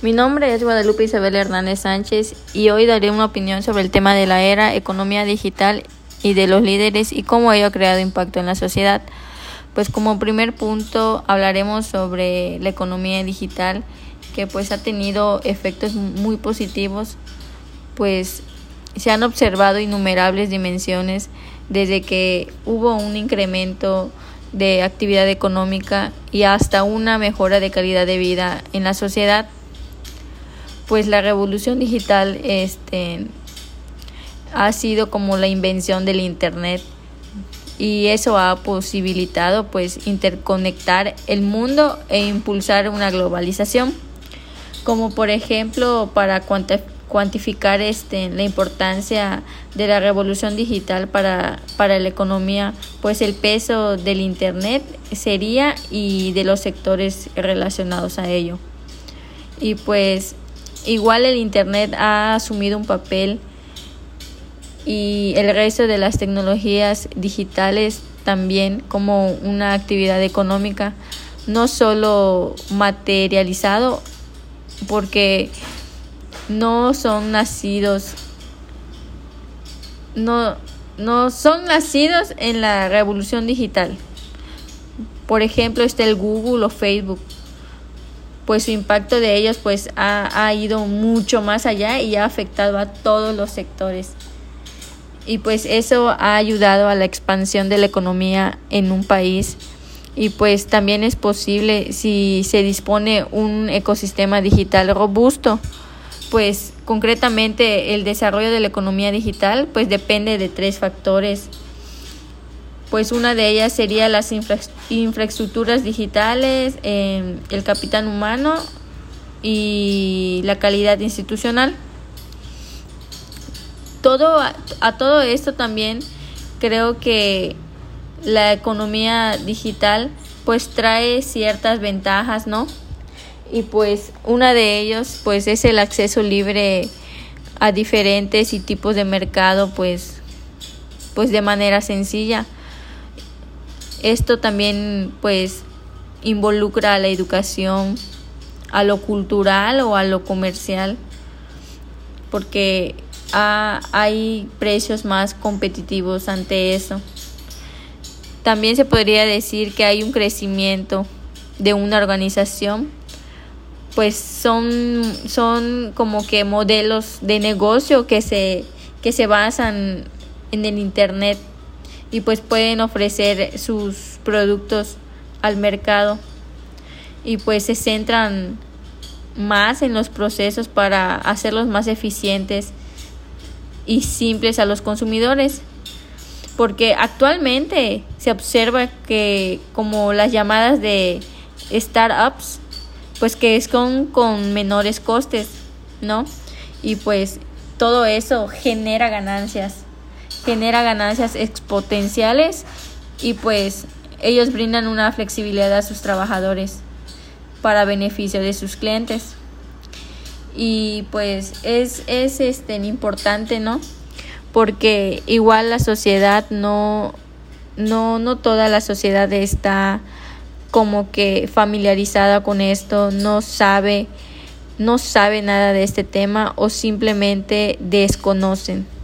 Mi nombre es Guadalupe Isabel Hernández Sánchez y hoy daré una opinión sobre el tema de la era economía digital y de los líderes y cómo ello ha creado impacto en la sociedad. Pues como primer punto hablaremos sobre la economía digital, que pues ha tenido efectos muy positivos, pues se han observado innumerables dimensiones desde que hubo un incremento de actividad económica y hasta una mejora de calidad de vida en la sociedad. Pues la revolución digital ha sido como la invención del internet, y eso ha posibilitado pues interconectar el mundo e impulsar una globalización. Como por ejemplo, para cuantificar la importancia de la revolución digital para la economía, pues el peso del internet sería y de los sectores relacionados a ello. Y pues igual el internet ha asumido un papel, y el resto de las tecnologías digitales también, como una actividad económica, no solo materializado, porque no son nacidos en la revolución digital. Por ejemplo, está el Google o Facebook, pues su impacto de ellos pues ha ido mucho más allá y ha afectado a todos los sectores. Y pues eso ha ayudado a la expansión de la economía en un país, y pues también es posible si se dispone un ecosistema digital robusto. Pues concretamente el desarrollo de la economía digital pues depende de 3 factores. Pues una de ellas sería las infraestructuras digitales, el capital humano y la calidad institucional. A todo esto también creo que la economía digital pues trae ciertas ventajas, ¿no? Y pues una de ellos pues es el acceso libre a diferentes y tipos de mercado pues de manera sencilla. Esto también pues involucra a la educación, a lo cultural o a lo comercial, porque hay precios más competitivos ante eso. También se podría decir que hay un crecimiento de una organización, pues son como que modelos de negocio que se basan en el internet, y pues pueden ofrecer sus productos al mercado, y pues se centran más en los procesos para hacerlos más eficientes y simples a los consumidores, porque actualmente se observa que como las llamadas de startups, pues que es con menores costes, ¿no? Y pues todo eso genera ganancias exponenciales, y pues ellos brindan una flexibilidad a sus trabajadores para beneficio de sus clientes. Y pues es importante, ¿no? Porque igual la sociedad no toda la sociedad está como que familiarizada con esto, no sabe nada de este tema, o simplemente desconocen.